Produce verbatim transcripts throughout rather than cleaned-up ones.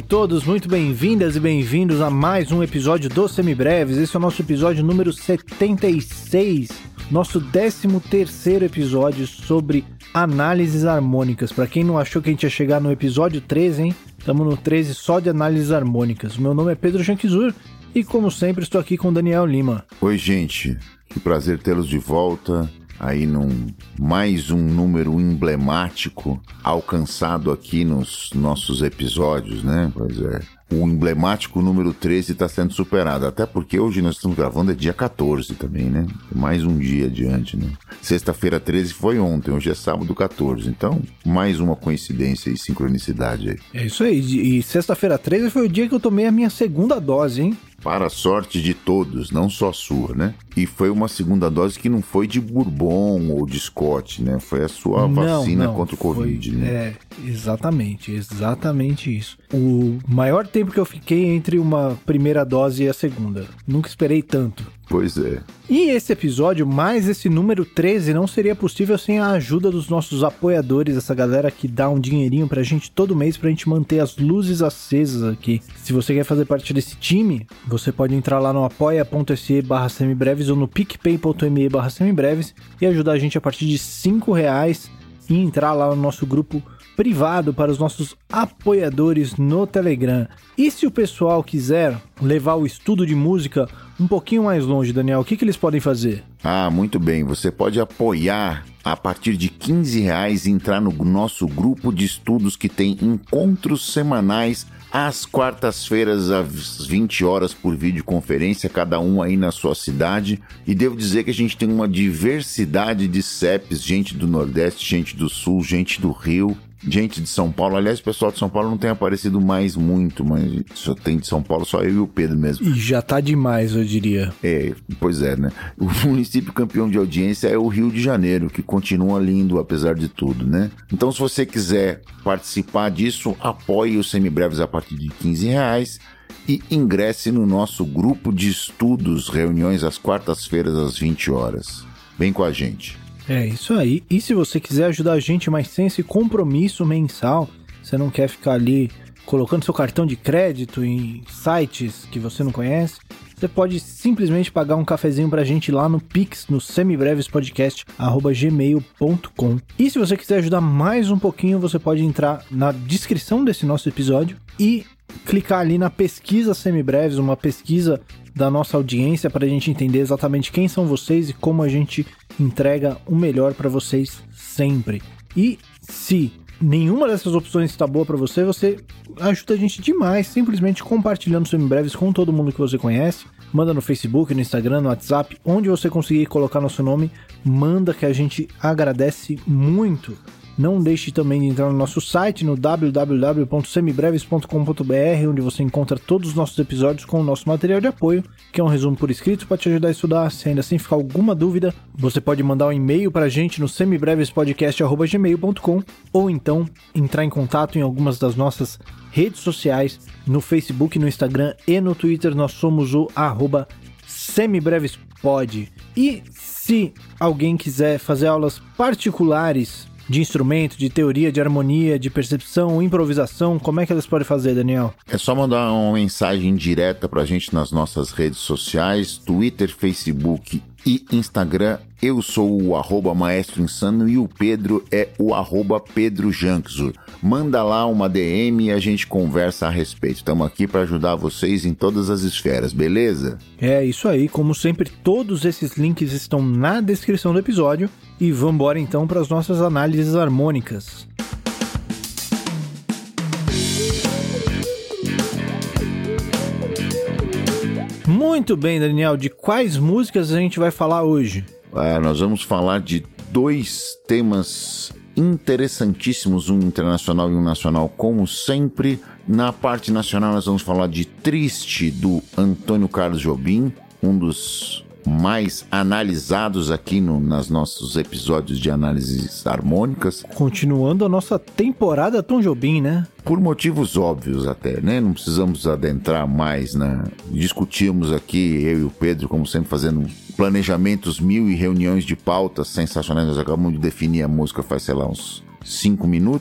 todos muito bem-vindas e bem-vindos a mais um episódio do Semibreves. Esse é o nosso episódio número setenta e seis, nosso décimo terceiro episódio sobre análises harmônicas. Para quem não achou que a gente ia chegar no episódio treze, hein? Estamos no treze só de análises harmônicas. O meu nome é Pedro Janquizur e, como sempre, estou aqui com o Daniel Lima. Oi, gente. Que prazer tê-los de volta. Aí num mais um número emblemático alcançado aqui nos nossos episódios, né? Pois é. O emblemático número treze está sendo superado, até porque hoje nós estamos gravando é dia catorze também, né? Mais um dia adiante, né? Sexta-feira treze foi ontem, hoje é sábado catorze, então mais uma coincidência e sincronicidade aí. É isso aí, e sexta-feira treze foi o dia que eu tomei a minha segunda dose, hein? Para a sorte de todos, não só sua, né? E foi uma segunda dose que não foi de Bourbon ou de Scott, né? Foi a sua não, vacina não, contra o foi, Covid, né? É, exatamente, exatamente isso. O maior tempo que eu fiquei entre uma primeira dose e a segunda. Nunca esperei tanto. Pois é. E esse episódio, mais esse número treze, não seria possível sem a ajuda dos nossos apoiadores, essa galera que dá um dinheirinho pra gente todo mês pra gente manter as luzes acesas aqui. Se você quer fazer parte desse time, você pode entrar lá no apoia.se barra semibreves ou no picpay.me barra semibreves e ajudar a gente a partir de cinco reais e entrar lá no nosso grupo privado para os nossos apoiadores no Telegram. E se o pessoal quiser levar o estudo de música um pouquinho mais longe, Daniel, o que, que eles podem fazer? Ah, muito bem. Você pode apoiar a partir de quinze reais e entrar no nosso grupo de estudos que tem encontros semanais às quartas-feiras às vinte horas por videoconferência, cada um aí na sua cidade. E devo dizer que a gente tem uma diversidade de C E Ps, gente do Nordeste, gente do Sul, gente do Rio, gente de São Paulo. Aliás, o pessoal de São Paulo não tem aparecido mais muito, mas só tem de São Paulo só eu e o Pedro mesmo. E já tá demais, eu diria. É, pois é, né? O município campeão de audiência é o Rio de Janeiro, que continua lindo apesar de tudo, né? Então, se você quiser participar disso, apoie os Semibreves a partir de quinze reais e ingresse no nosso grupo de estudos, reuniões às quartas-feiras às vinte horas. Vem com a gente. É isso aí. E se você quiser ajudar a gente, mas sem esse compromisso mensal, você não quer ficar ali colocando seu cartão de crédito em sites que você não conhece, você pode simplesmente pagar um cafezinho pra gente lá no Pix, no semibrevespodcast arroba gmail ponto com. E se você quiser ajudar mais um pouquinho, você pode entrar na descrição desse nosso episódio e clicar ali na pesquisa Semibreves, uma pesquisa da nossa audiência para a gente entender exatamente quem são vocês e como a gente entrega o melhor para vocês sempre. E se nenhuma dessas opções está boa para você, você ajuda a gente demais, simplesmente compartilhando Semibreves com todo mundo que você conhece. Manda no Facebook, no Instagram, no WhatsApp, onde você conseguir colocar nosso nome, manda que a gente agradece muito. Não deixe também de entrar no nosso site, no w w w ponto semibreves ponto com ponto b r, onde você encontra todos os nossos episódios com o nosso material de apoio, que é um resumo por escrito para te ajudar a estudar. Se ainda assim ficar alguma dúvida, você pode mandar um e-mail para a gente no semibrevespodcast arroba gmail ponto com ou então entrar em contato em algumas das nossas redes sociais, no Facebook, no Instagram e no Twitter. Nós somos o arroba semibrevespod. E se alguém quiser fazer aulas particulares de instrumento, de teoria, de harmonia, de percepção, improvisação, como é que elas podem fazer, Daniel? É só mandar uma mensagem direta pra gente nas nossas redes sociais, Twitter, Facebook e Instagram. Eu sou o arroba Maestro Insano e o Pedro é o arroba Pedro Janquizur. Manda lá uma D M e a gente conversa a respeito. Estamos aqui para ajudar vocês em todas as esferas, beleza? É isso aí, como sempre, todos esses links estão na descrição do episódio. E vamos embora então para as nossas análises harmônicas. Muito bem, Daniel, de quais músicas a gente vai falar hoje? Ah, nós vamos falar de dois temas interessantíssimos, um internacional e um nacional, como sempre. Na parte nacional nós vamos falar de Triste, do Antônio Carlos Jobim, um dos mais analisados aqui no, nas nossos episódios de análises harmônicas. Continuando a nossa temporada Tom Jobim, né? Por motivos óbvios até, né? Não precisamos adentrar mais, né? Discutimos aqui, eu e o Pedro, como sempre, fazendo planejamentos mil e reuniões de pautas sensacionais. Nós acabamos de definir a música faz, sei lá, uns cinco minutos.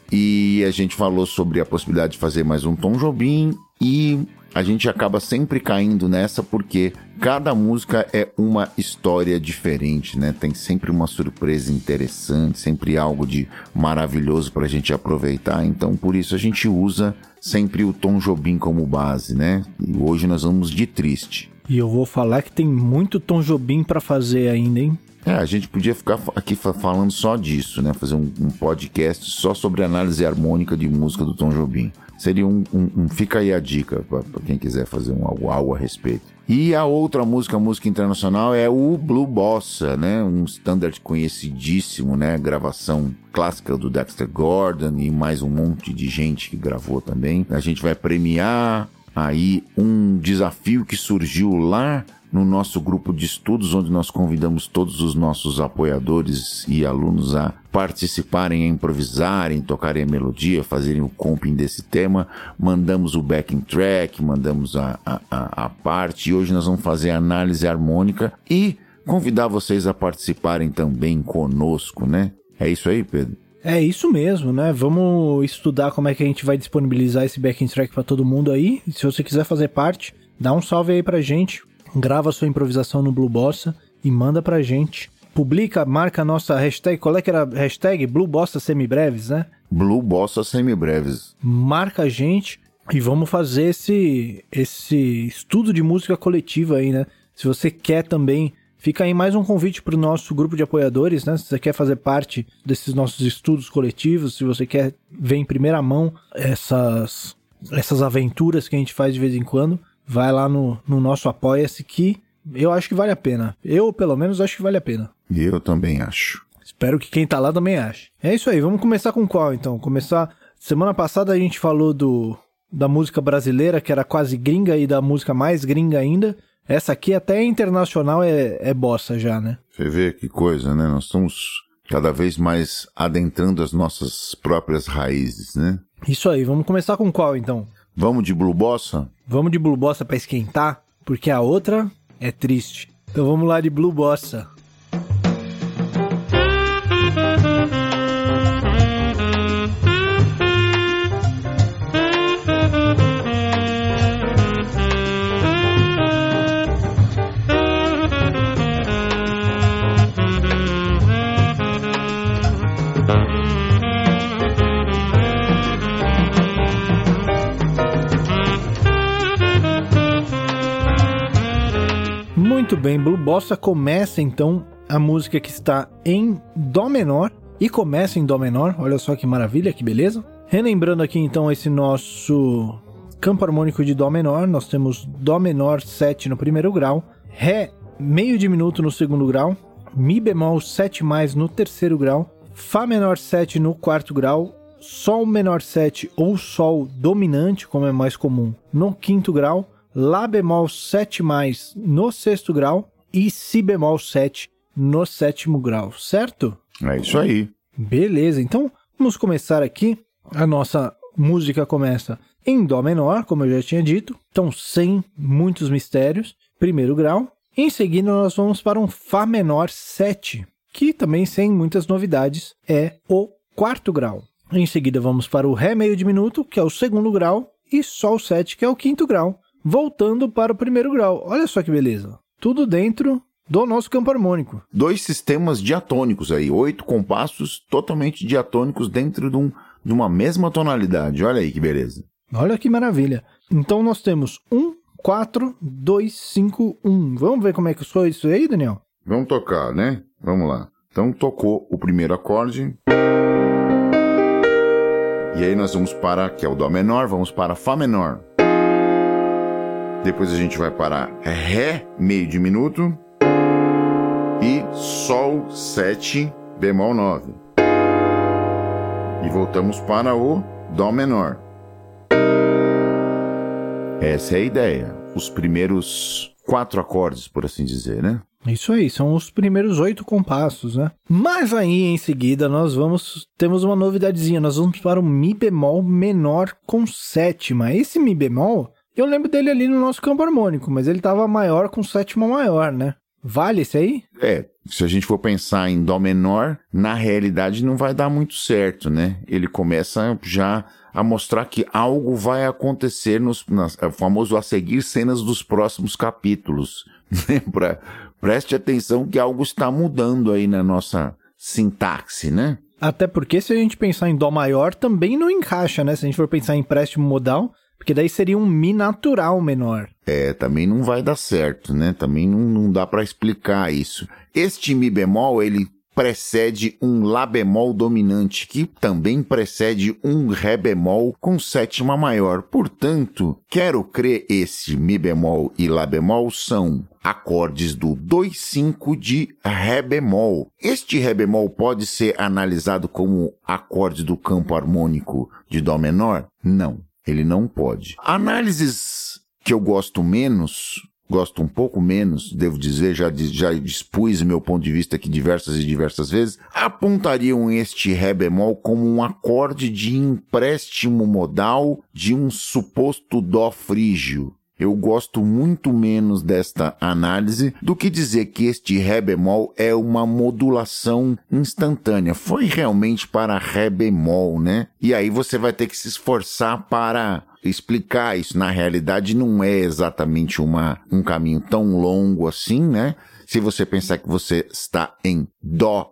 E a gente falou sobre a possibilidade de fazer mais um Tom Jobim e a gente acaba sempre caindo nessa porque cada música é uma história diferente, né? Tem sempre uma surpresa interessante, sempre algo de maravilhoso pra gente aproveitar. Então, por isso a gente usa sempre o Tom Jobim como base, né? E hoje nós vamos de Triste. E eu vou falar que tem muito Tom Jobim pra fazer ainda, hein? É, a gente podia ficar aqui falando só disso, né? Fazer um, um podcast só sobre análise harmônica de música do Tom Jobim. Seria um, um, um fica aí a dica para quem quiser fazer um algo, algo a respeito. E a outra música, música internacional, é o Blue Bossa, né? Um standard conhecidíssimo, né? Gravação clássica do Dexter Gordon e mais um monte de gente que gravou também. A gente vai premiar aí um desafio que surgiu lá no nosso grupo de estudos, onde nós convidamos todos os nossos apoiadores e alunos a participarem, a improvisarem, tocarem a melodia, fazerem o comping desse tema. Mandamos o backing track, mandamos a, a, a parte, e hoje nós vamos fazer a análise harmônica e convidar vocês a participarem também conosco, né? É isso aí, Pedro? É isso mesmo, né? Vamos estudar como é que a gente vai disponibilizar esse backing track para todo mundo aí. E se você quiser fazer parte, dá um salve aí pra gente. Grava sua improvisação no Blue Bossa e manda pra gente. Publica, marca a nossa hashtag. Qual é que era a hashtag? Blue Bossa Semibreves, né? Blue Bossa Semibreves. Marca a gente e vamos fazer esse, esse estudo de música coletiva aí, né? Se você quer também, fica aí mais um convite pro nosso grupo de apoiadores, né? Se você quer fazer parte desses nossos estudos coletivos, se você quer ver em primeira mão essas, essas aventuras que a gente faz de vez em quando, vai lá no, no nosso Apoia-se que eu acho que vale a pena. Eu, pelo menos, acho que vale a pena. E eu também acho. Espero que quem tá lá também ache. É isso aí, vamos começar com qual, então? Começar... Semana passada a gente falou do, da música brasileira, que era quase gringa, e da música mais gringa ainda. Essa aqui até internacional é, é bossa já, né? Você vê que coisa, né? Nós estamos cada vez mais adentrando as nossas próprias raízes, né? Isso aí, vamos começar com qual, então? Vamos de Blue Bossa? Vamos de Blue Bossa pra esquentar, porque a outra é triste. Então vamos lá de Blue Bossa. Muito bem, Blue Bossa começa então a música que está em Dó menor e começa em Dó menor, olha só que maravilha, que beleza. Relembrando aqui então esse nosso campo harmônico de Dó menor, nós temos Dó menor sete no primeiro grau, Ré meio diminuto no segundo grau, Mi bemol sete mais no terceiro grau, Fá menor sete no quarto grau, Sol menor sete ou Sol dominante, como é mais comum, no quinto grau, Lá bemol sete mais no sexto grau e Si bemol sete no sétimo grau, certo? É isso aí. Beleza, então vamos começar aqui. A nossa música começa em Dó menor, como eu já tinha dito, então sem muitos mistérios, primeiro grau. Em seguida nós vamos para um Fá menor sete, que também sem muitas novidades é o quarto grau. Em seguida vamos para o Ré meio diminuto, que é o segundo grau, e Sol sete, que é o quinto grau. Voltando para o primeiro grau. Olha só que beleza. Tudo dentro do nosso campo harmônico. Dois sistemas diatônicos aí. Oito compassos totalmente diatônicos dentro de, um, de uma mesma tonalidade. Olha aí que beleza. Olha que maravilha. Então nós temos um, quatro, dois, cinco, um. Vamos ver como é que soa isso aí, Daniel? Vamos tocar, né? Vamos lá. Então tocou o primeiro acorde. E aí nós vamos para, que é o Dó menor, vamos para Fá menor. Depois a gente vai para Ré meio diminuto e Sol sete bemol nove. E voltamos para o Dó menor. Essa é a ideia. Os primeiros quatro acordes, por assim dizer, né? Isso aí, são os primeiros oito compassos, né? Mas aí, em seguida, nós vamos... Temos uma novidadezinha. Nós vamos para o Mi bemol menor com sétima. Esse Mi bemol... Eu lembro dele ali no nosso campo harmônico, mas ele estava maior com sétima maior, né? Vale esse aí? É, se a gente for pensar em Dó menor, na realidade não vai dar muito certo, né? Ele começa já a mostrar que algo vai acontecer nos, nas, é o famoso a seguir cenas dos próximos capítulos. Pra, preste atenção que algo está mudando aí na nossa sintaxe, né? Até porque se a gente pensar em Dó maior, também não encaixa, né? Se a gente for pensar em empréstimo modal, porque daí seria um Mi natural menor. É, também não vai dar certo, né? Também não, não dá para explicar isso. Este Mi bemol, ele precede um Lá bemol dominante, que também precede um Ré bemol com sétima maior. Portanto, quero crer esse Mi bemol e Lá bemol são acordes do dois cinco de Ré bemol. Este Ré bemol pode ser analisado como acorde do campo harmônico de Dó menor? Não, ele não pode. Análises que eu gosto menos... Gosto um pouco menos, devo dizer, já, já expus meu ponto de vista aqui diversas e diversas vezes, apontariam este Ré bemol como um acorde de empréstimo modal de um suposto Dó frígio. Eu gosto muito menos desta análise do que dizer que este Ré bemol é uma modulação instantânea. Foi realmente para Ré bemol, né? E aí você vai ter que se esforçar para explicar isso. Na realidade, não é exatamente uma, um caminho tão longo assim, né? Se você pensar que você está em Dó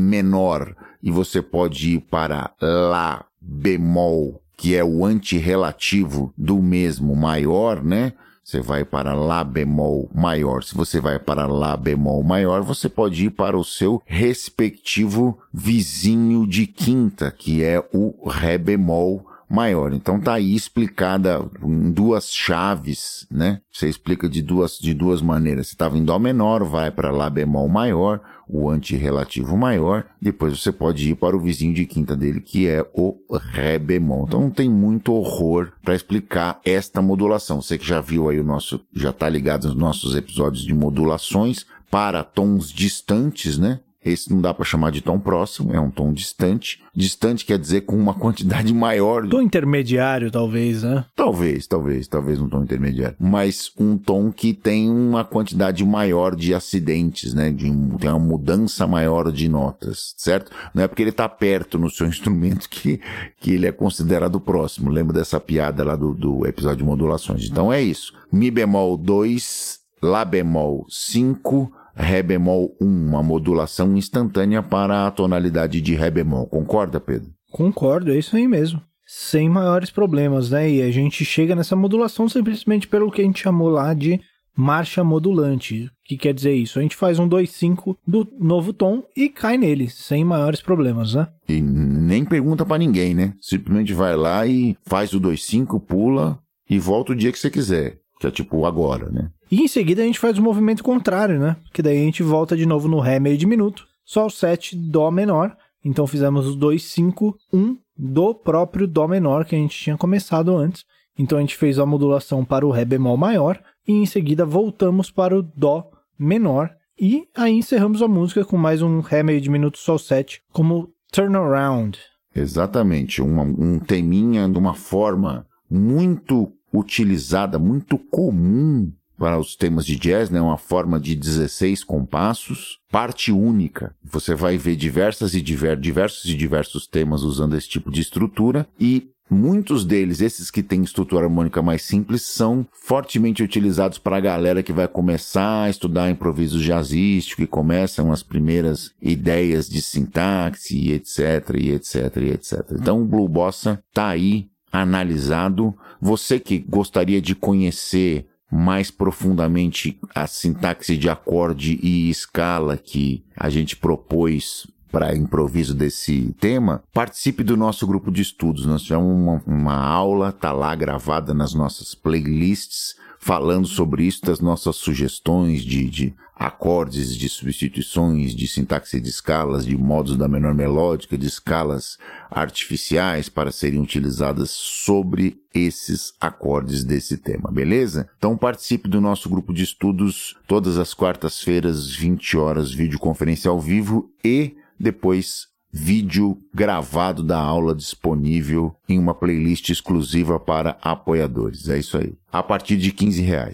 menor e você pode ir para Lá bemol, que é o antirrelativo do mesmo maior, né? Você vai para Lá bemol maior. Se você vai para Lá bemol maior, você pode ir para o seu respectivo vizinho de quinta, que é o Ré bemol maior. Então tá aí explicada em duas chaves, né? Você explica de duas, de duas maneiras. Você estava em Dó menor, vai para Lá bemol maior, o antirrelativo maior, depois você pode ir para o vizinho de quinta dele, que é o Ré bemol. Então não tem muito horror para explicar esta modulação. Você que já viu aí o nosso, já tá ligado nos nossos episódios de modulações para tons distantes, né? Esse não dá para chamar de tom próximo, é um tom distante. Distante quer dizer com uma quantidade maior. Tom intermediário, talvez, né? Talvez, talvez, talvez um tom intermediário. Mas um tom que tem uma quantidade maior de acidentes, né? De um, tem uma mudança maior de notas, certo? Não é porque ele está perto no seu instrumento que, que ele é considerado próximo. Lembra dessa piada lá do, do episódio de modulações. Então é isso. Mi bemol dois, Lá bemol cinco... Ré bemol um, uma modulação instantânea para a tonalidade de Ré bemol. Concorda, Pedro? Concordo, é isso aí mesmo. Sem maiores problemas, né? E a gente chega nessa modulação simplesmente pelo que a gente chamou lá de marcha modulante. O que quer dizer isso? A gente faz um dois cinco do novo tom e cai nele, sem maiores problemas, né? E nem pergunta pra ninguém, né? Simplesmente vai lá e faz o dois cinco, pula e volta o dia que você quiser. Que é tipo agora, né? E em seguida a gente faz o movimento contrário, né? Que daí a gente volta de novo no Ré meio diminuto, Sol sete, Dó menor. Então fizemos os dois cinco um do próprio Dó menor que a gente tinha começado antes. Então a gente fez a modulação para o Ré bemol maior e em seguida voltamos para o Dó menor. E aí encerramos a música com mais um Ré meio diminuto, Sol sete como turnaround. Exatamente, uma, um teminha de uma forma muito utilizada, muito comum para os temas de jazz, né? Uma forma de dezesseis compassos, parte única. Você vai ver diversas e diver, diversos e diversos temas usando esse tipo de estrutura e muitos deles, esses que têm estrutura harmônica mais simples, são fortemente utilizados para a galera que vai começar a estudar improviso jazzístico, que começam as primeiras ideias de sintaxe, e etc, e etc, e etcétera. Então o Blue Bossa tá aí analisado. Você que gostaria de conhecer mais profundamente a sintaxe de acorde e escala que a gente propôs para improviso desse tema, participe do nosso grupo de estudos. Nós tivemos uma, uma aula, tá lá gravada nas nossas playlists, falando sobre isso, das nossas sugestões de, de acordes, de substituições, de sintaxe de escalas, de modos da menor melódica, de escalas artificiais para serem utilizadas sobre esses acordes desse tema, beleza? Então participe do nosso grupo de estudos todas as quartas-feiras, vinte horas, videoconferência ao vivo e depois vídeo gravado da aula disponível em uma playlist exclusiva para apoiadores. É isso aí. A partir de quinze reais.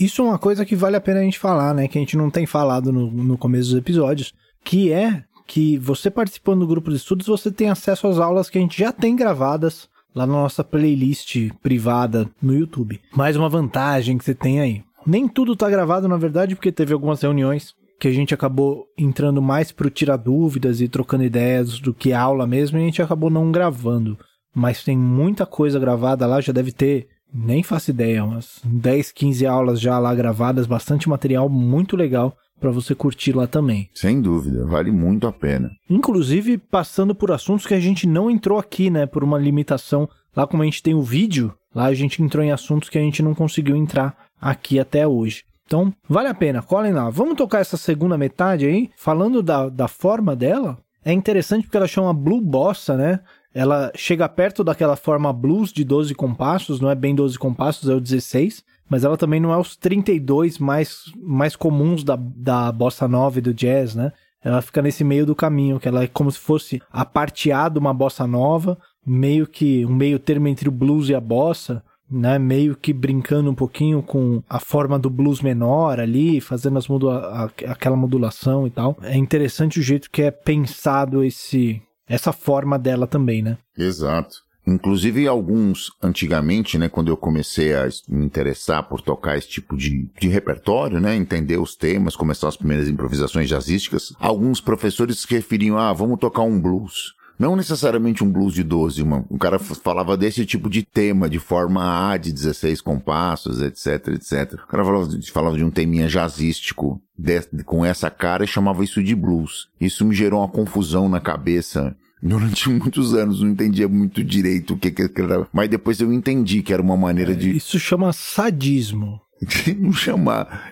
isso é uma coisa que vale a pena a gente falar, né? Que a gente não tem falado no, no começo dos episódios, que é que você participando do grupo de estudos, você tem acesso às aulas que a gente já tem gravadas lá na nossa playlist privada no YouTube. Mais uma vantagem que você tem aí. Nem tudo tá gravado, na verdade, porque teve algumas reuniões que a gente acabou entrando mais pro tirar dúvidas e trocando ideias do que aula mesmo, e a gente acabou não gravando. Mas tem muita coisa gravada lá, já deve ter, nem faço ideia, umas dez, quinze aulas já lá gravadas, bastante material muito legal para você curtir lá também. Sem dúvida, vale muito a pena. Inclusive, passando por assuntos que a gente não entrou aqui, né, por uma limitação. Lá como a gente tem o vídeo, lá a gente entrou em assuntos que a gente não conseguiu entrar aqui até hoje. Então, vale a pena, colhem lá. Vamos tocar essa segunda metade aí, falando da, da forma dela. É interessante porque ela chama Blue Bossa, né? Ela chega perto daquela forma blues de doze compassos, não é bem doze compassos, é o dezesseis, mas ela também não é os trinta e dois mais, mais comuns da, da bossa nova e do jazz, né? Ela fica nesse meio do caminho, que ela é como se fosse a parte A de uma bossa nova, meio que um meio termo entre o blues e a bossa, né? Meio que brincando um pouquinho com a forma do blues menor ali, fazendo as modula- aquela modulação e tal. É interessante o jeito que é pensado esse... essa forma dela também, né? Exato. Inclusive, alguns, antigamente, né, quando eu comecei a me interessar por tocar esse tipo de, de repertório, né, entender os temas, começar as primeiras improvisações jazzísticas, alguns professores se referiam, ah, vamos tocar um blues. Não necessariamente um blues de doze, uma, o cara falava desse tipo de tema, de forma A, de dezesseis compassos, etc, etcétera. O cara falava de, falava de um teminha jazzístico de, com essa cara e chamava isso de blues. Isso me gerou uma confusão na cabeça durante muitos anos, não entendia muito direito o que que era, mas depois eu entendi que era uma maneira de... Isso chama sadismo. Não chamar.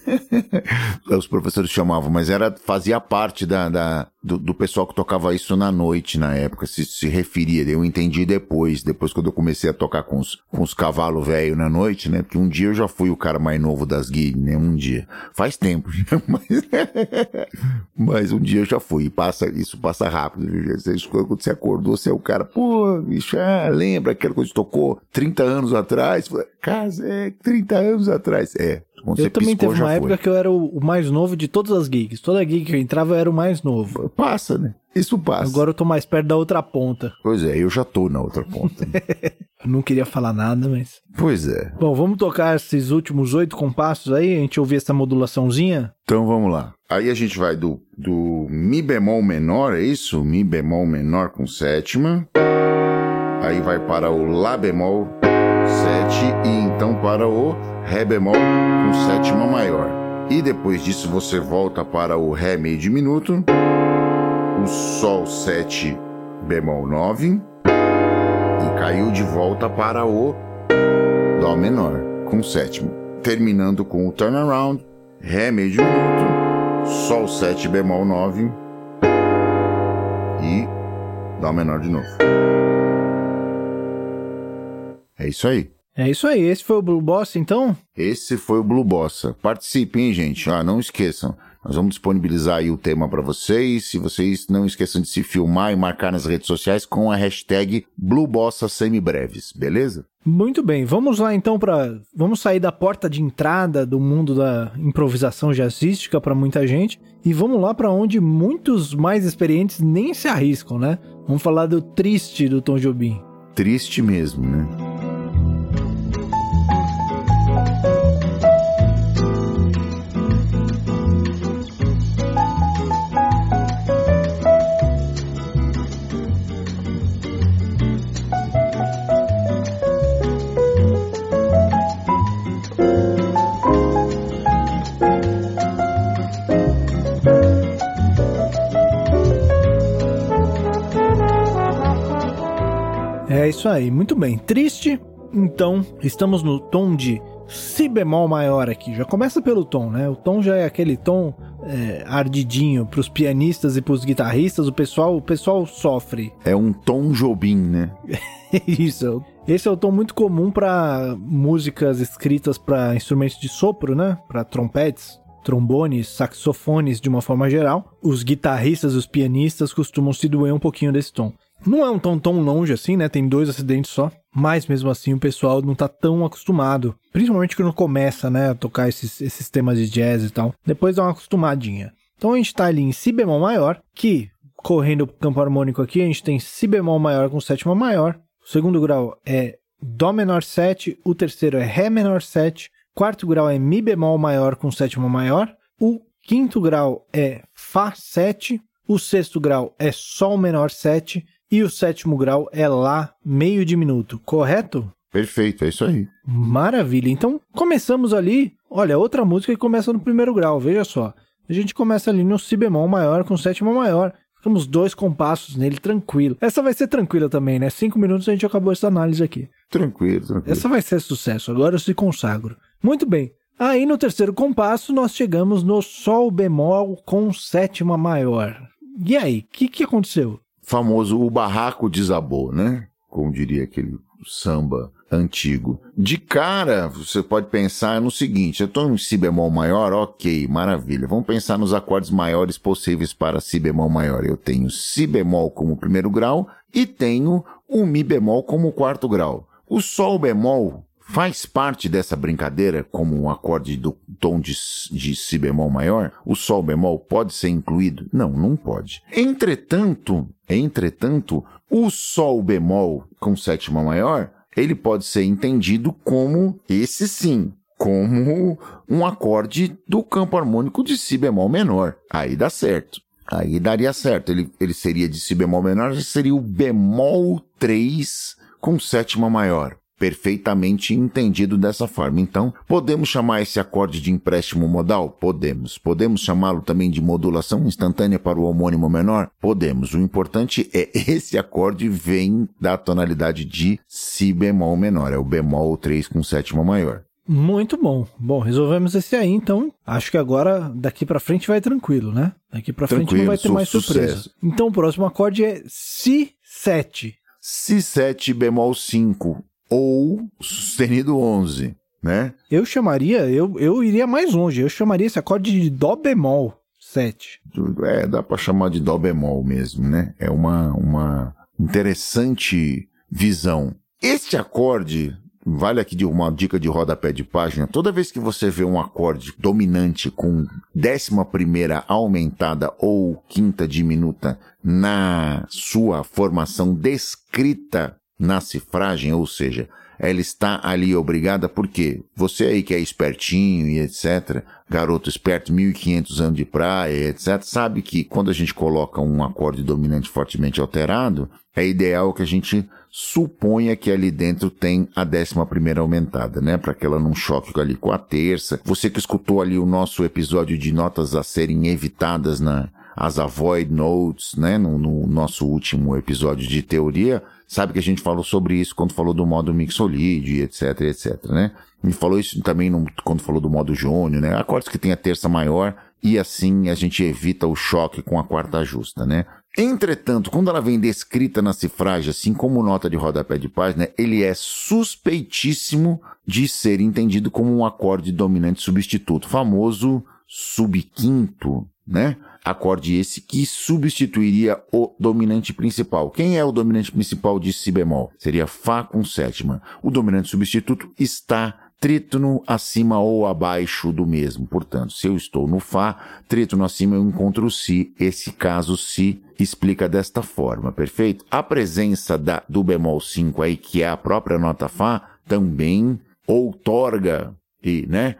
Os professores chamavam, mas era, fazia parte da, da, do, do pessoal que tocava isso na noite, na época, se, se referia. Eu entendi depois, depois quando eu comecei a tocar com os, com os cavalos velhos na noite, né? Porque um dia eu já fui o cara mais novo das guias, né? Um dia. Faz tempo, mas, mas um dia eu já fui. E passa, isso passa rápido. Quando você acordou, você é o cara, pô, bicho, ah, lembra aquela coisa que tocou trinta anos atrás? Casa, é, trinta anos atrás. É. Quando eu você também piscou, teve uma já época foi. que eu era o, o mais novo de todas as gigs. Toda gig que eu entrava eu era o mais novo. Passa, né? Isso passa. Agora eu tô mais perto da outra ponta. Pois é, eu já tô na outra ponta. Eu não queria falar nada, mas... Pois é. Bom, vamos tocar esses últimos oito compassos aí, a gente ouvir essa modulaçãozinha? Então vamos lá. Aí a gente vai do, do Mi bemol menor, é isso? Mi bemol menor com sétima. Aí vai para o Lá bemol sete e então para o Ré bemol com sétima maior. E depois disso você volta para o Ré meio diminuto, o Sol sete bemol nove e caiu de volta para o Dó menor com sétima. Terminando com o turnaround, Ré meio diminuto, Sol sete bemol nove e Dó menor de novo. É isso aí. É isso aí, esse foi o Blue Bossa, então? Esse foi o Blue Bossa. Participem, gente. Ah, não esqueçam. Nós vamos disponibilizar aí o tema para vocês. Se vocês não esqueçam de se filmar e marcar nas redes sociais com a hashtag Blue Bossa Semibreves, beleza? Muito bem, vamos lá então para... Vamos sair da porta de entrada do mundo da improvisação jazzística para muita gente e vamos lá para onde muitos mais experientes nem se arriscam, né? Vamos falar do triste do Tom Jobim. Triste mesmo, né? É isso aí, muito bem. Triste, então, estamos no tom de Si bemol maior aqui. Já começa pelo tom, né? O tom já é aquele tom é, ardidinho pros pianistas e pros guitarristas. O pessoal, o pessoal sofre. É um Tom Jobim, né? Isso. Esse é o tom muito comum para músicas escritas para instrumentos de sopro, né? Para trompetes. trombones, saxofones de uma forma geral, os guitarristas, os pianistas costumam se doer um pouquinho desse tom. Não é um tom tão longe assim, né? Tem dois acidentes só, mas mesmo assim o pessoal não tá tão acostumado, principalmente quando começa, né, a tocar esses, esses temas de jazz e tal. Depois dá uma acostumadinha. Então a gente tá ali em si bemol maior, que, correndo o campo harmônico aqui, a gente tem si bemol maior com sétima maior, o segundo grau é dó menor sete, o terceiro é ré menor sete, quarto grau é mi bemol maior com sétima maior, o quinto grau é fá sete, o sexto grau é sol menor sete e o sétimo grau é lá meio diminuto, correto? Perfeito, é isso aí. Maravilha, então começamos ali, olha, outra música que começa no primeiro grau, veja só. A gente começa ali no si bemol maior com sétima maior. Ficamos dois compassos nele, tranquilo. Essa vai ser tranquila também, né? Cinco minutos a gente acabou essa análise aqui. Tranquilo, tranquilo. Essa vai ser sucesso, agora eu se consagro. Muito bem. Aí no terceiro compasso nós chegamos no sol bemol com sétima maior. E aí, o que, que aconteceu? Famoso, o barraco desabou, né? Como diria aquele samba antigo. De cara, você pode pensar no seguinte, eu estou em si bemol maior, ok, maravilha. Vamos pensar nos acordes maiores possíveis para si bemol maior. Eu tenho si bemol como primeiro grau e tenho o mi bemol como quarto grau. O sol bemol faz parte dessa brincadeira como um acorde do tom de, de si bemol maior? O sol bemol pode ser incluído? Não, não pode. Entretanto, entretanto, o sol bemol com sétima maior, ele pode ser entendido como, esse sim, como um acorde do campo harmônico de si bemol menor. Aí dá certo. Aí daria certo. Ele, ele seria de si bemol menor, seria o bemol três com sétima maior. Perfeitamente entendido dessa forma. Então, podemos chamar esse acorde de empréstimo modal? Podemos. Podemos chamá-lo também de modulação instantânea para o homônimo menor? Podemos. O importante é esse acorde vem da tonalidade de si bemol menor. É o bemol três com sétima maior. Muito bom. Bom, resolvemos esse aí, então acho que agora daqui pra frente vai tranquilo, né? Daqui pra frente tranquilo, não vai ter mais surpresa. Sucesso. Então o próximo acorde é si sete. si sete bemol cinco. Ou sustenido onze, né? Eu chamaria, eu, eu iria mais longe, eu chamaria esse acorde de dó bemol sete. É, dá pra chamar de dó bemol mesmo, né? É uma, uma interessante visão. Este acorde, vale aqui de uma dica de rodapé de página, toda vez que você vê um acorde dominante com décima primeira aumentada ou quinta diminuta na sua formação descrita na cifragem, ou seja, ela está ali obrigada porque você aí que é espertinho e etcétera, garoto esperto, mil e quinhentos anos de praia e etcétera, sabe que quando a gente coloca um acorde dominante fortemente alterado, é ideal que a gente suponha que ali dentro tem a décima primeira aumentada, né? Para que ela não choque ali com a terça. Você que escutou ali o nosso episódio de notas a serem evitadas na as avoid notes, né, no, no nosso último episódio de teoria, sabe que a gente falou sobre isso quando falou do modo mixolide, etc, etc, né? E falou isso também no, quando falou do modo jônio, né? Acordes que tem a terça maior e assim a gente evita o choque com a quarta justa, né? Entretanto, quando ela vem descrita na cifragem, assim como nota de rodapé de página, ele é suspeitíssimo de ser entendido como um acorde dominante substituto, famoso subquinto, né? Acorde esse que substituiria o dominante principal. Quem é o dominante principal de si bemol? Seria fá com sétima. O dominante substituto está trítono acima ou abaixo do mesmo. Portanto, se eu estou no fá, trítono acima eu encontro o si. Esse caso si explica desta forma, perfeito? A presença da, do bemol cinco aí, que é a própria nota fá, também outorga e, né,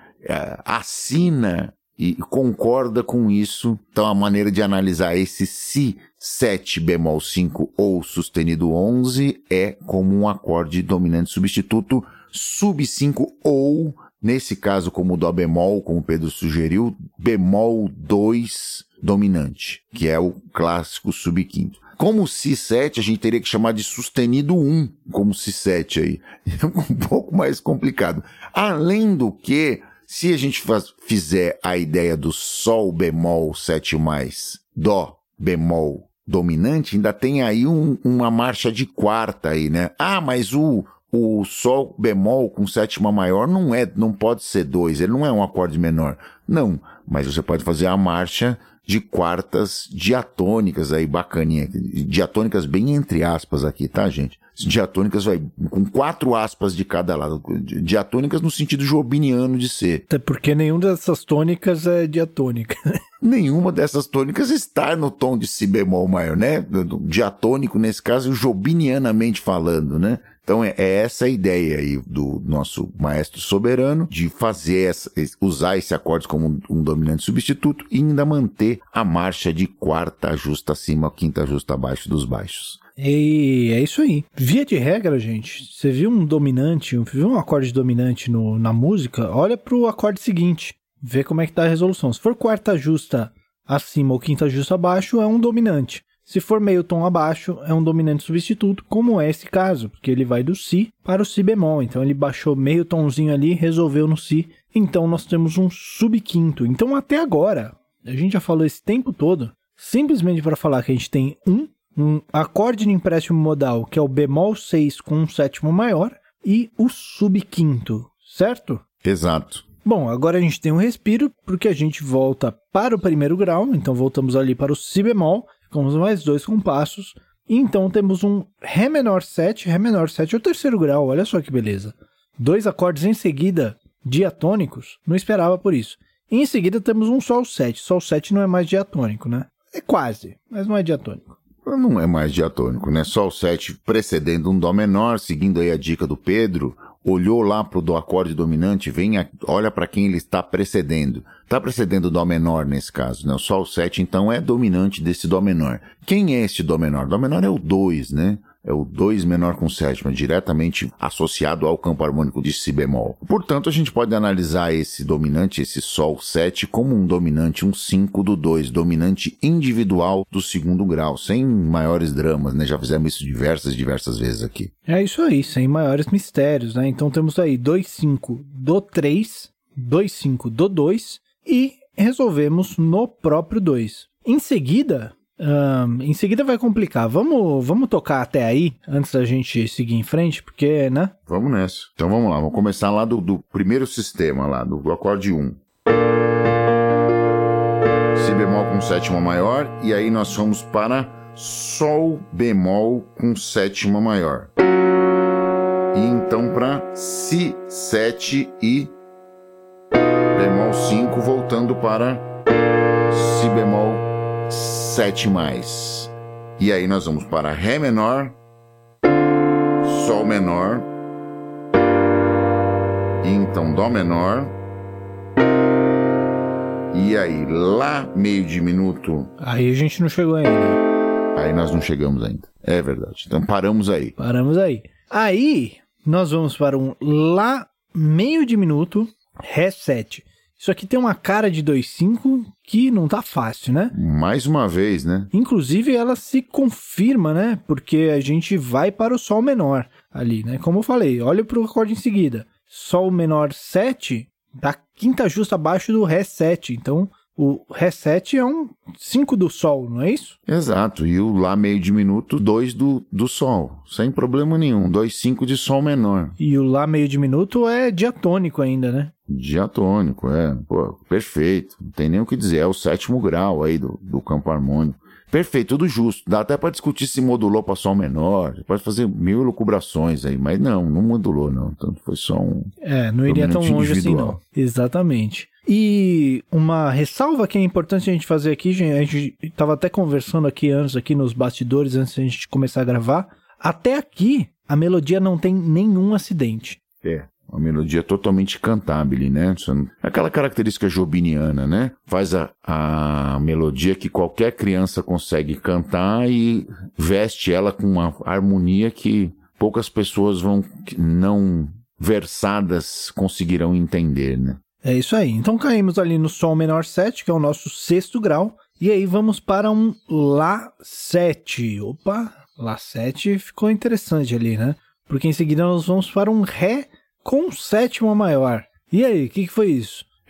assina e concorda com isso. Então a maneira de analisar esse si sete bemol cinco ou sustenido onze é como um acorde dominante substituto sub cinco ou, nesse caso como dó bemol, como o Pedro sugeriu, bemol dois dominante, que é o clássico subquinto. Como si sete, a gente teria que chamar de sustenido um, como si sete aí. É um pouco mais complicado. Além do que, se a gente faz, fizer a ideia do sol bemol sete mais, dó bemol dominante, ainda tem aí um, uma marcha de quarta aí, né? Ah, mas o, o sol bemol com sétima maior não é, não pode ser dois, ele não é um acorde menor. Não, Mas você pode fazer a marcha de quartas diatônicas aí, bacaninha. Diatônicas bem entre aspas aqui, tá, gente? Diatônicas vai com quatro aspas de cada lado. Diatônicas no sentido jobiniano de ser. Até porque nenhuma dessas tônicas é diatônica. Nenhuma dessas tônicas está no tom de si bemol maior, né? Diatônico, nesse caso, jobinianamente falando, né? Então é, é essa a ideia aí do nosso maestro soberano, de fazer essa, usar esse acorde como um, um dominante substituto e ainda manter a marcha de quarta justa acima, quinta justa abaixo dos baixos. E é isso aí. Via de regra, gente, você viu um dominante, viu um acorde dominante no, na música, olha pro acorde seguinte, vê como é que tá a resolução. Se for quarta justa acima ou quinta justa abaixo, é um dominante. Se for meio tom abaixo, é um dominante substituto, como é esse caso, porque ele vai do si para o si bemol. Então ele baixou meio tomzinho ali, resolveu no si. Então nós temos um subquinto. Então até agora, a gente já falou esse tempo todo, simplesmente para falar que a gente tem um, um acorde de empréstimo modal, que é o bemol seis com um sétimo maior, e o subquinto, certo? Exato. Bom, agora a gente tem um respiro, porque a gente volta para o primeiro grau, então voltamos ali para o si bemol, ficamos mais dois compassos, e então temos um Ré menor sete, Ré menor sete é o terceiro grau, olha só que beleza. Dois acordes em seguida diatônicos, não esperava por isso. E em seguida temos um Sol sete, Sol sete não é mais diatônico, né? É quase, mas não é diatônico. Não é mais diatônico, né? Sol sete precedendo um Dó menor, seguindo aí a dica do Pedro, olhou lá pro do acorde dominante, vem a, olha para quem ele está precedendo. Está precedendo o Dó menor nesse caso, né? O Sol sete, então, é dominante desse Dó menor. Quem é este Dó menor? Dó menor é o dois, né? É o dois menor com sétima, diretamente associado ao campo harmônico de si bemol. Portanto, a gente pode analisar esse dominante, esse Sol sete, como um dominante, um cinco do dois, dominante individual do segundo grau, sem maiores dramas, né? Já fizemos isso diversas, diversas vezes aqui. É isso aí, sem maiores mistérios, né? Então temos aí dois cinco do três, dois cinco do dois e resolvemos no próprio dois. Em seguida... Um, em seguida vai complicar. Vamos, vamos tocar até aí, antes da gente seguir em frente, porque, né? Vamos nessa. Então vamos lá, vamos começar lá do, do primeiro sistema, lá do, do acorde um. Si bemol com sétima maior, e aí nós vamos para Sol bemol com sétima maior. E então para Si sete e bemol cinco, voltando para Si bemol sete mais. E aí nós vamos para Ré menor, Sol menor, e então Dó menor, e aí Lá meio diminuto. Aí a gente não chegou ainda. Aí nós não chegamos ainda. É verdade. Então paramos aí. Paramos aí. Aí nós vamos para um Lá meio diminuto, Ré sete. Isso aqui tem uma cara de dois cinco que não tá fácil, né? Mais uma vez, né? Inclusive, ela se confirma, né? Porque a gente vai para o Sol menor ali, né? Como eu falei, olha para o acorde em seguida. Sol menor sete, da quinta justa abaixo do Ré sete. Então, o Ré sete é um cinco do Sol, não é isso? Exato. E o Lá meio diminuto, dois do, do Sol. Sem problema nenhum. dois cinco de Sol menor. E o Lá meio diminuto é diatônico ainda, né? Diatônico, é. Pô, perfeito. Não tem nem o que dizer. É o sétimo grau aí do, do campo harmônico. Perfeito, tudo justo. Dá até para discutir se modulou para Sol menor. Pode fazer mil elucubrações aí. Mas não, não modulou, não. Então foi só um... É, não iria tão longe individual. Assim, não. Exatamente. E uma ressalva que é importante a gente fazer aqui, gente, a gente estava até conversando aqui antes, aqui nos bastidores, antes da gente começar a gravar. Até aqui, a melodia não tem nenhum acidente. É. Uma melodia totalmente cantável, né? Aquela característica jobiniana, né? Faz a, a melodia que qualquer criança consegue cantar e veste ela com uma harmonia que poucas pessoas vão não versadas conseguirão entender, né? É isso aí. Então caímos ali no Sol menor sete, que é o nosso sexto grau, e aí vamos para um Lá sete. Opa, Lá sete ficou interessante ali, né? Porque em seguida nós vamos para um Ré com sétima maior. E aí, o que, que foi isso?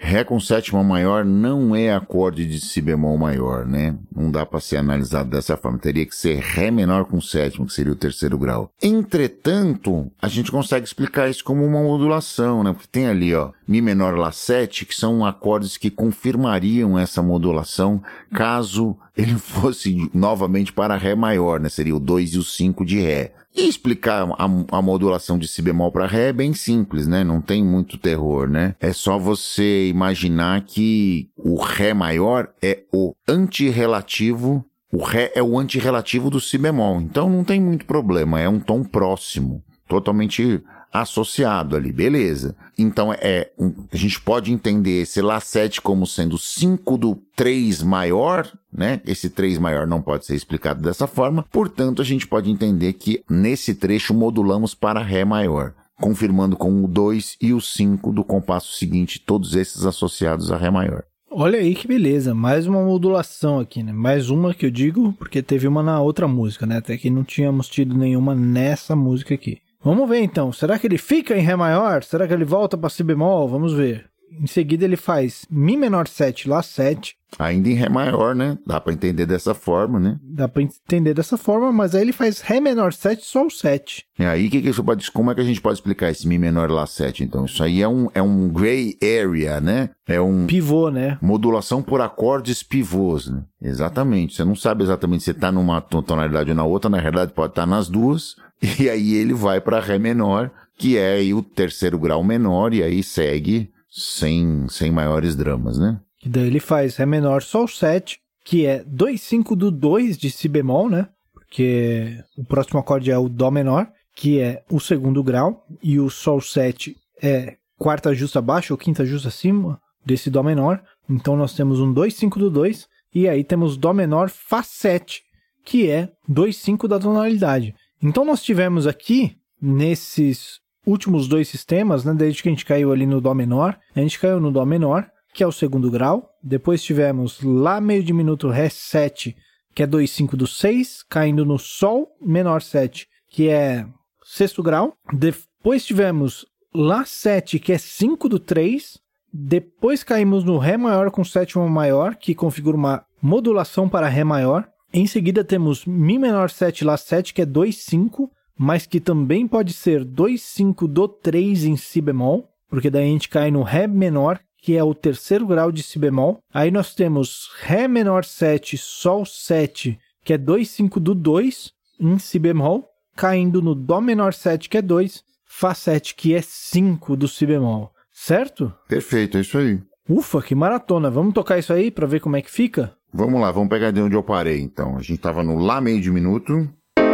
Ré com sétima maior não é acorde de si bemol maior, né? Não dá para ser analisado dessa forma. Teria que ser Ré menor com sétima, que seria o terceiro grau. Entretanto, a gente consegue explicar isso como uma modulação, né? Porque tem ali, ó, Mi menor Lá sete, que são acordes que confirmariam essa modulação caso ele fosse novamente para Ré maior, né? Seria o dois e o cinco de Ré. E explicar a, a modulação de si bemol para Ré é bem simples, né? Não tem muito terror, né? É só você imaginar que o Ré maior é o antirrelativo, o Ré é o antirrelativo do si bemol. Então não tem muito problema, é um tom próximo, totalmente associado ali, beleza. Então é, um, a gente pode entender esse Lá sete como sendo cinco do três maior, né? Esse três maior não pode ser explicado dessa forma, portanto a gente pode entender que nesse trecho modulamos para Ré maior, confirmando com o dois e o cinco do compasso seguinte, todos esses associados a Ré maior. Olha aí que beleza, mais uma modulação aqui, né? Mais uma que eu digo, porque teve uma na outra música, né? Até que não tínhamos tido nenhuma nessa música aqui. Vamos ver então, será que ele fica em Ré maior? Será que ele volta para Si bemol? Vamos ver. Em seguida ele faz Mi menor sete, Lá sete. Ainda em Ré maior, né? Dá para entender dessa forma, né? Dá para entender dessa forma, mas aí ele faz Ré menor sete, Sol sete. E aí, que que isso pode, como é que a gente pode explicar esse Mi menor Lá sete, então? Isso aí é um, é um gray area, né? É um... pivô, né? Modulação por acordes pivôs, né? Exatamente. Você não sabe exatamente se está numa tonalidade ou na outra, na realidade pode estar nas duas, e aí ele vai para Ré menor, que é aí o terceiro grau menor, e aí segue sem, sem maiores dramas, né? E daí ele faz Ré menor, Sol sete, que é dois cinco do dois de Si bemol, né? Porque o próximo acorde é o Dó menor, que é o segundo grau, e o Sol sete é quarta justa abaixo ou quinta justa acima desse Dó menor. Então nós temos um dois cinco do dois, e aí temos Dó menor, Fá sete, que é dois cinco da tonalidade. Então nós tivemos aqui, nesses últimos dois sistemas, né, desde que a gente caiu ali no Dó menor, a gente caiu no Dó menor, que é o segundo grau. Depois tivemos Lá meio diminuto, Ré sete, que é dois cinco do seis, caindo no Sol menor sete, que é sexto grau. Depois tivemos Lá sete, que é cinco do três. Depois caímos no Ré maior com sétima maior, que configura uma modulação para Ré maior. Em seguida temos Mi menor sete, Lá sete, que é dois cinco, mas que também pode ser dois cinco do três em Si bemol, porque daí a gente cai no Ré menor, que é o terceiro grau de Si bemol. Aí nós temos Ré menor sete, Sol sete, que é dois cinco do dois em Si bemol, caindo no Dó menor sete, que é dois, Fá sete, que é cinco do Si bemol. Certo? Perfeito, é isso aí. Ufa, que maratona. Vamos tocar isso aí para ver como é que fica? Vamos lá, vamos pegar de onde eu parei, então. A gente tava no Lá meio diminuto,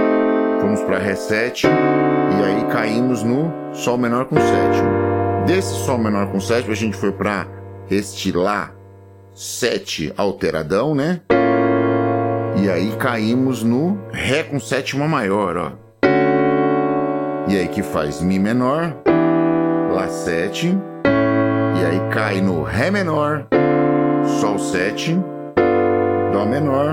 fomos para Ré sete, e aí caímos no Sol menor com sétima. Desse Sol menor com sétima, a gente foi para este Lá sete alteradão, né? E aí caímos no Ré com sétima maior, ó. E aí que faz Mi menor, Lá sete, e aí cai no Ré menor, Sol sete, Dó menor,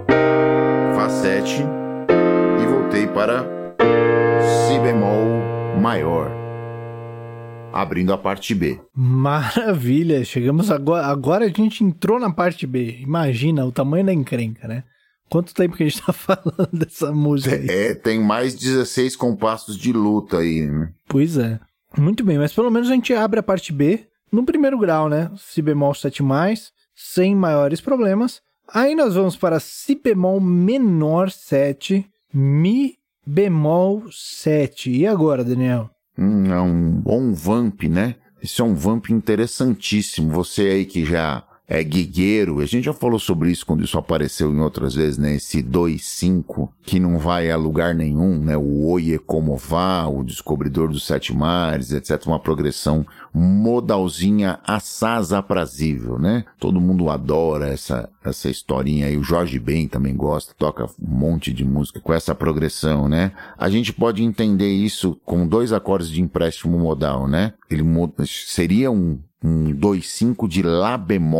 Fá sete, e voltei para Si bemol maior, abrindo a parte B. Maravilha, chegamos agora, agora a gente entrou na parte B. Imagina o tamanho da encrenca, né? Quanto tempo que a gente tá falando dessa música aí? É, tem mais dezesseis compassos de luta aí, né? Pois é. Muito bem, mas pelo menos a gente abre a parte B no primeiro grau, né? Si bemol sete mais, sem maiores problemas. Aí nós vamos para Si bemol menor sete, Mi bemol sete. E agora, Daniel? Hum, é um bom vamp, né? Esse é um vamp interessantíssimo. Você aí que já é guigueiro, a gente já falou sobre isso quando isso apareceu em outras vezes, né? Esse dois cinco, que não vai a lugar nenhum, né? O Oye Como Vá, o Descobridor dos Sete Mares, etcétera. Uma progressão modalzinha assaz aprazível, né? Todo mundo adora essa, essa historinha aí. O Jorge Ben também gosta, toca um monte de música com essa progressão, né? A gente pode entender isso com dois acordes de empréstimo modal, né? Ele seria um um dois cinco de Lá bemol,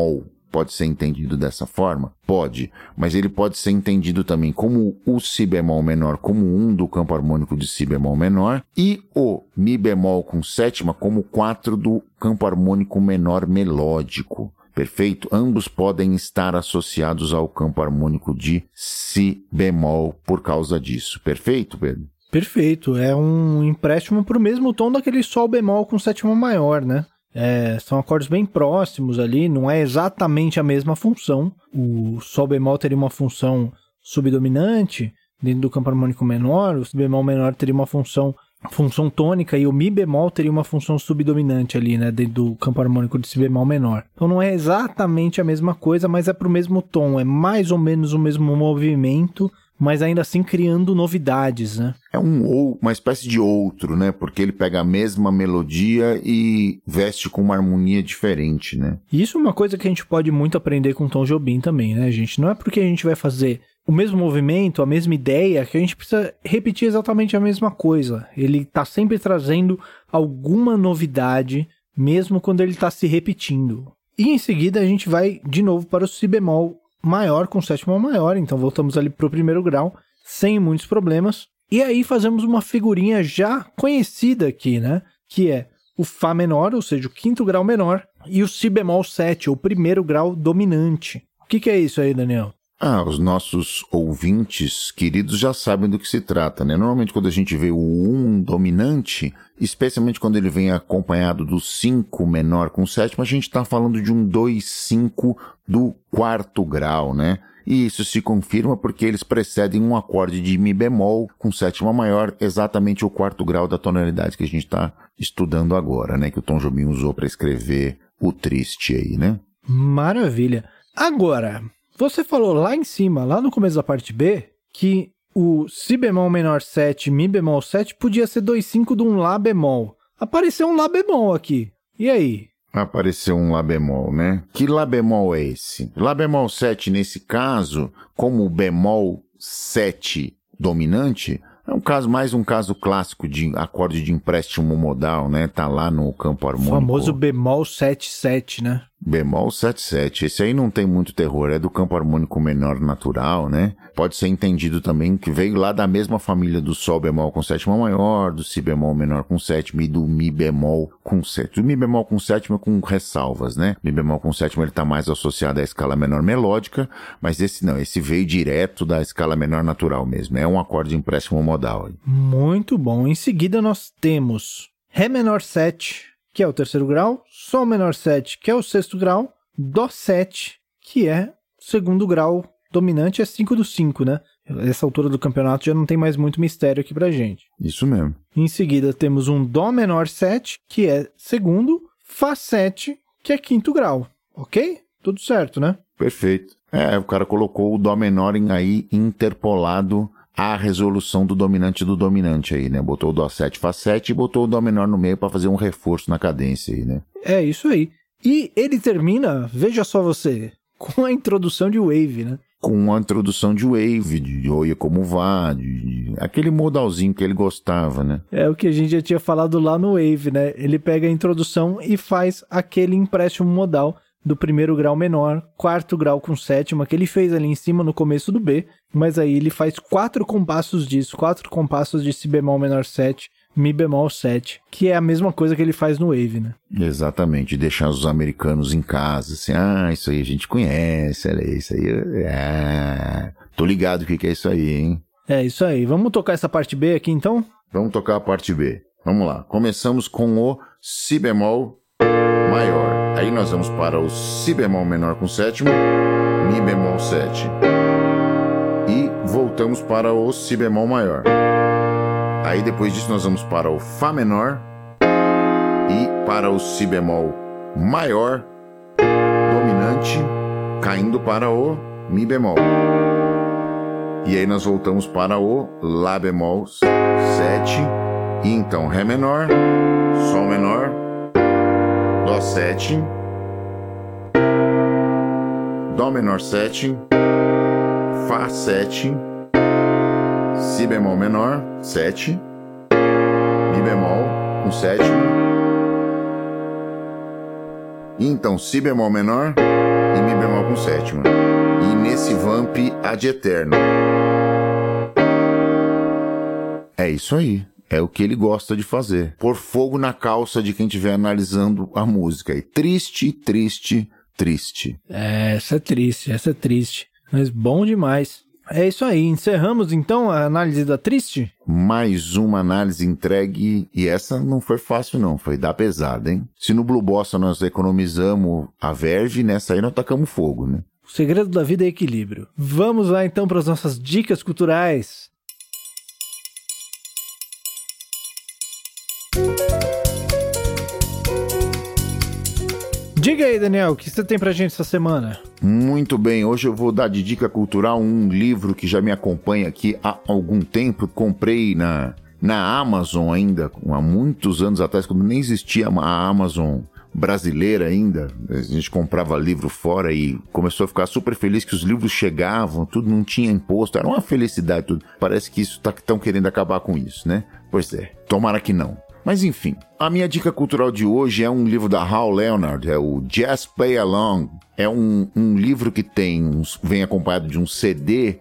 pode ser entendido dessa forma? Pode, mas ele pode ser entendido também como o si bemol menor como um do campo harmônico de si bemol menor e o mi bemol com sétima como quatro do campo harmônico menor melódico. Perfeito? Ambos podem estar associados ao campo harmônico de si bemol por causa disso. Perfeito, Pedro? Perfeito. É um empréstimo para o mesmo tom daquele sol bemol com sétima maior, né? É, são acordes bem próximos ali, não é exatamente a mesma função. O sol bemol teria uma função subdominante dentro do campo harmônico menor, o si bemol menor teria uma função função tônica e o mi bemol teria uma função subdominante ali, né, dentro do campo harmônico de si bemol menor. Então não é exatamente a mesma coisa, mas é pro mesmo tom, é mais ou menos o mesmo movimento, mas ainda assim criando novidades, né? É um ou, uma espécie de outro, né? Porque ele pega a mesma melodia e veste com uma harmonia diferente, né? E isso é uma coisa que a gente pode muito aprender com Tom Jobim também, né, gente? Não é porque a gente vai fazer o mesmo movimento, a mesma ideia, que a gente precisa repetir exatamente a mesma coisa. Ele está sempre trazendo alguma novidade, mesmo quando ele está se repetindo. E em seguida a gente vai de novo para o si bemol maior com sétima maior, então voltamos ali para o primeiro grau, sem muitos problemas. E aí fazemos uma figurinha já conhecida aqui, né? Que é o Fá menor, ou seja, o quinto grau menor, e o si bemol sete, o primeiro grau dominante. O que, que é isso aí, Daniel? Ah, os nossos ouvintes queridos já sabem do que se trata, né? Normalmente quando a gente vê o um dominante, especialmente quando ele vem acompanhado do cinco menor com sétima, a gente está falando de um dois cinco do quarto grau, né? E isso se confirma porque eles precedem um acorde de mi bemol com sétima maior, exatamente o quarto grau da tonalidade que a gente está estudando agora, né? Que o Tom Jobim usou para escrever o triste aí, né? Maravilha. Agora, você falou lá em cima, lá no começo da parte B, que o si bemol menor sete, mi bemol sete podia ser dois cinco de um lá bemol. Apareceu um lá bemol aqui. E aí? Apareceu um lá bemol, né? Que lá bemol é esse? Lá bemol sete, nesse caso, como o bemol sete dominante, é um caso, mais um caso clássico de acorde de empréstimo modal, né? Tá lá no campo harmônico. O famoso bemol sete sete, né? Bemol sete sete. Esse aí não tem muito terror, é do campo harmônico menor natural, né? Pode ser entendido também que veio lá da mesma família do sol bemol com sétima maior, do si bemol menor com sétima e do mi bemol com sétima. O mi bemol com sétima com ressalvas, né? Mi bemol com sétima ele tá mais associado à escala menor melódica, mas esse não, esse veio direto da escala menor natural mesmo. É um acorde de empréstimo modal. Muito bom. Em seguida nós temos Ré menor sete, que é o terceiro grau, Sol menor sete, que é o sexto grau, Dó sete, que é o segundo grau dominante, é cinco do cinco, né? Essa altura do campeonato já não tem mais muito mistério aqui pra gente. Isso mesmo. Em seguida temos um Dó menor sete, que é segundo, Fá sete, que é quinto grau, ok? Tudo certo, né? Perfeito. É, o cara colocou o Dó menor em, aí interpolado à resolução do dominante do dominante aí, né? Botou o Dó sete, Fá sete e botou o Dó menor no meio para fazer um reforço na cadência aí, né? É isso aí. E ele termina, veja só você, com a introdução de wave, né? Com uma introdução de wave, de Oia Como Vá, de, de, aquele modalzinho que ele gostava, né? É o que a gente já tinha falado lá no wave, né? Ele pega a introdução e faz aquele empréstimo modal do primeiro grau menor, quarto grau com sétima, que ele fez ali em cima no começo do B, mas aí ele faz quatro compassos disso, quatro compassos de si bemol menor sete, mi bemol sete, que é a mesma coisa que ele faz no wave, né? Exatamente, deixar os americanos em casa, assim, ah, isso aí a gente conhece, olha isso aí, é... tô ligado o que, que é isso aí, hein? É isso aí, vamos tocar essa parte B aqui então? Vamos tocar a parte B, vamos lá, começamos com o si bemol maior. Aí nós vamos para o si bemol menor com sétima, mi bemol sete. E voltamos para o si bemol maior. Aí depois disso nós vamos para o Fá menor e para o si bemol maior dominante, caindo para o mi bemol. E aí nós voltamos para o Lá bemol sete. E então Ré menor, Sol menor, Dó sete, Dó menor sete, Fá sete, Si bemol menor sete, Mi bemol com sétima, e então Si bemol menor, e Mi bemol com sétima. E nesse vamp, ad eterno. É isso aí. É o que ele gosta de fazer. Pôr fogo na calça de quem estiver analisando a música. E triste, triste, triste. É, essa é triste, essa é triste. Mas bom demais. É isso aí. Encerramos então a análise da triste? Mais uma análise entregue. E essa não foi fácil não. Foi da pesada, hein? Se no Blue Bossa nós economizamos a verve, nessa aí nós tacamos fogo, né? O segredo da vida é equilíbrio. Vamos lá então para as nossas dicas culturais. Diga aí, Daniel, o que você tem pra gente essa semana? Muito bem, hoje eu vou dar de dica cultural um livro que já me acompanha aqui há algum tempo. Comprei na, na Amazon ainda, há muitos anos atrás, quando nem existia a Amazon brasileira ainda. A gente comprava livro fora e começou a ficar super feliz que os livros chegavam, tudo não tinha imposto, era uma felicidade tudo. Parece que isso tá, estão querendo acabar com isso, né? Pois é, tomara que não. Mas enfim, a minha dica cultural de hoje é um livro da Hal Leonard, é o Just Play Along. É um, um livro que tem uns, vem acompanhado de um C D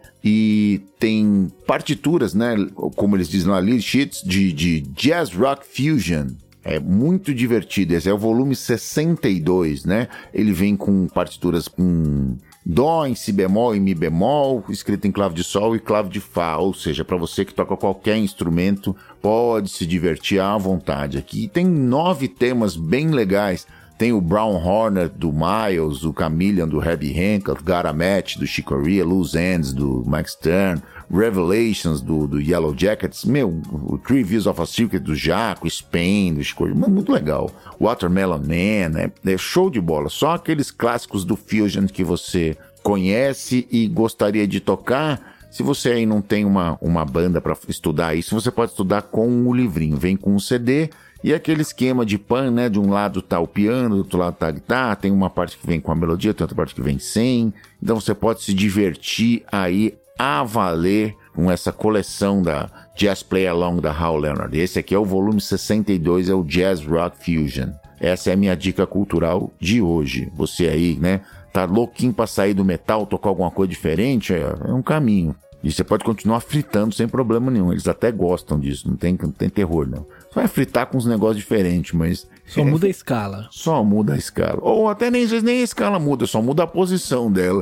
e tem partituras, né? Como eles dizem lá, lead sheets de, de Jazz Rock Fusion. É muito divertido. Esse é o volume sessenta e dois, né? Ele vem com partituras com Dó, em Si bemol e Mi bemol, escrito em clave de Sol e clave de Fá. Ou seja, para você que toca qualquer instrumento, pode se divertir à vontade. Aqui tem nove temas bem legais. Tem o Brown Hornet do Miles, o Chameleon do Herbie Hancock, Got a Match do Chick Corea, Loose Ends do Mike Stern, Revelations do, do Yellow Jackets, meu, o Three Views of a Secret do Jaco, Spain do Chick Corea, muito legal. Watermelon Man, é, é show de bola. Só aqueles clássicos do Fusion que você conhece e gostaria de tocar. Se você aí não tem uma, uma banda para estudar isso, você pode estudar com o livrinho. Vem com um C D e aquele esquema de pan, né? De um lado tá o piano, do outro lado tá a guitarra, tem uma parte que vem com a melodia, tem outra parte que vem sem. Então você pode se divertir aí a valer com essa coleção da Jazz Play Along da Hal Leonard. Esse aqui é o volume sessenta e dois, é o Jazz Rock Fusion. Essa é a minha dica cultural de hoje. Você aí, né? Tá louquinho pra sair do metal, tocar alguma coisa diferente? É, é um caminho. E você pode continuar fritando sem problema nenhum. Eles até gostam disso, não tem, não tem terror, não. Só vai fritar com uns negócios diferentes, mas... Só muda a escala. Só muda a escala. Ou até nem, nem a escala muda, só muda a posição dela.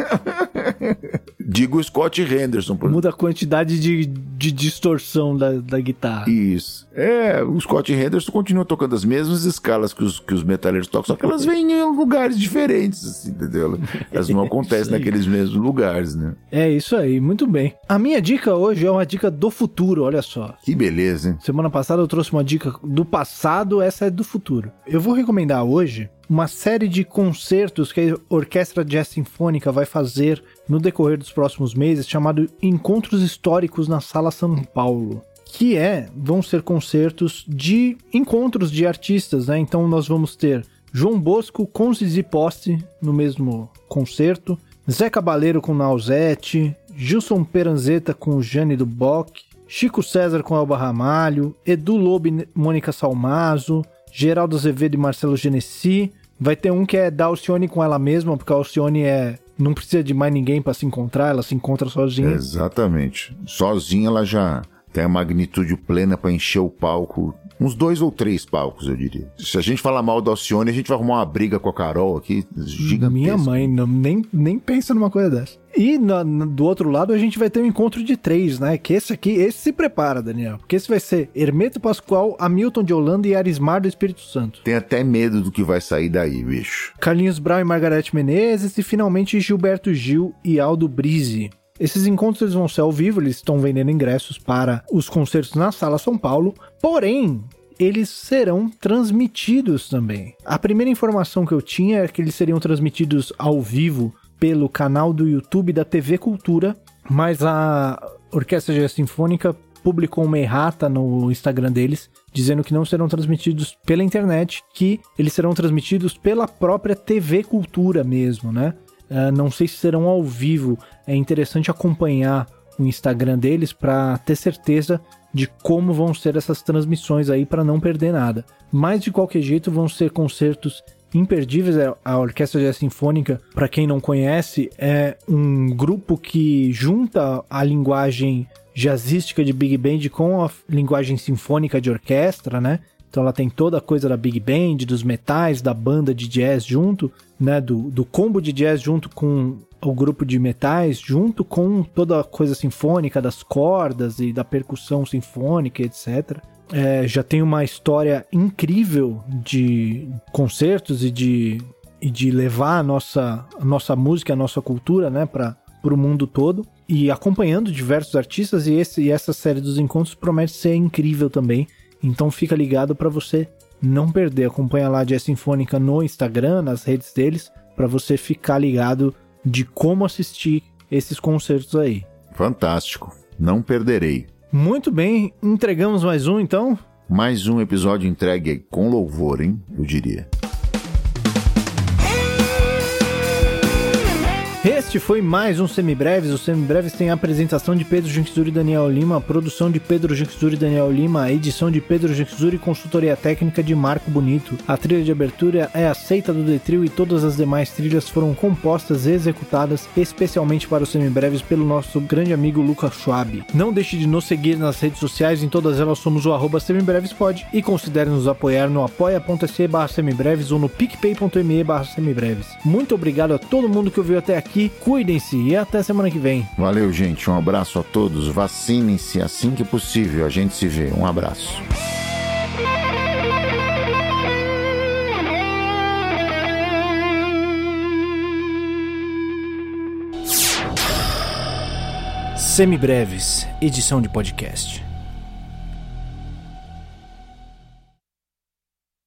Digo o Scott Henderson. Por... Muda a quantidade de, de distorção da, da guitarra. Isso. É, o Scott Henderson continua tocando as mesmas escalas que os, que os metaleiros tocam, só que elas vêm em lugares diferentes, assim, entendeu? Elas não acontecem naqueles mesmos lugares, né? É isso aí, muito bem. A minha dica hoje é uma dica do futuro, olha só. Que beleza, hein? Semana passada eu trouxe uma dica do passado, essa é do futuro. Eu vou recomendar hoje uma série de concertos que a Orquestra Jazz Sinfônica vai fazer no decorrer dos próximos meses, chamado Encontros Históricos na Sala São Paulo. Que é, vão ser concertos de encontros de artistas, né? Então nós vamos ter João Bosco com Zizi Posse no mesmo concerto, Zé Cabaleiro com Nausete, Gilson Peranzeta com Jane do Bock, Chico César com Elba Ramalho, Edu Lobo e Mônica Salmazo, Geraldo Azevedo e Marcelo Genesi. Vai ter um que é da Alcione com ela mesma, porque a Alcione é... não precisa de mais ninguém para se encontrar, ela se encontra sozinha. Exatamente. Sozinha ela já tem a magnitude plena para encher o palco. Uns dois ou três palcos, eu diria. Se a gente falar mal da Alcione, a gente vai arrumar uma briga com a Carol aqui, gigantesca. Minha mãe, não, nem, nem pensa numa coisa dessa. E na, na, do outro lado a gente vai ter um encontro de três, né? Que esse aqui, esse se prepara, Daniel. Porque esse vai ser Hermeto Pascoal, Hamilton de Holanda e Arismar do Espírito Santo. Tem até medo do que vai sair daí, bicho. Carlinhos Brown e Margarete Menezes e finalmente Gilberto Gil e Aldo Brizzi. Esses encontros eles vão ser ao vivo, eles estão vendendo ingressos para os concertos na Sala São Paulo, porém, eles serão transmitidos também. A primeira informação que eu tinha é que eles seriam transmitidos ao vivo pelo canal do YouTube da T V Cultura, mas a Orquestra Jazz Sinfônica publicou uma errata no Instagram deles, dizendo que não serão transmitidos pela internet, que eles serão transmitidos pela própria T V Cultura mesmo, né? Uh, não sei se serão ao vivo, é interessante acompanhar o Instagram deles para ter certeza de como vão ser essas transmissões aí para não perder nada. Mas de qualquer jeito vão ser concertos imperdíveis. A Orquestra Jazz Sinfônica, para quem não conhece, é um grupo que junta a linguagem jazzística de Big Band com a linguagem sinfônica de orquestra, né? Então ela tem toda a coisa da Big Band, dos metais, da banda de jazz junto, né? Do, do combo de jazz junto com o grupo de metais, junto com toda a coisa sinfônica das cordas e da percussão sinfônica, etcétera. É, já tem uma história incrível de concertos e de, e de levar a nossa, a nossa música, a nossa cultura, né, para o mundo todo. E acompanhando diversos artistas, e, esse, e essa série dos encontros promete ser incrível também. Então fica ligado para você não perder. Acompanha lá a Jazz Sinfônica no Instagram, nas redes deles, para você ficar ligado de como assistir esses concertos aí. Fantástico, não perderei. Muito bem, entregamos mais um então? Mais um episódio entregue com louvor, hein? Eu diria. Este foi mais um Semibreves. O Semibreves tem a apresentação de Pedro Genxuri e Daniel Lima, a produção de Pedro Genxuri e Daniel Lima, a edição de Pedro Genxuri e consultoria técnica de Marco Bonito. A trilha de abertura é a Seita do Detril e todas as demais trilhas foram compostas e executadas especialmente para os Semibreves pelo nosso grande amigo Lucas Schwab. Não deixe de nos seguir nas redes sociais, em todas elas somos o arroba semibrevespod, e considere nos apoiar no apoia.se barra semibreves ou no picpay.me barra semibreves. Muito obrigado a todo mundo que ouviu até aqui. Cuidem-se e até semana que vem. Valeu, gente. Um abraço a todos. Vacinem-se assim que possível. A gente se vê. Um abraço. Semibreves, edição de podcast.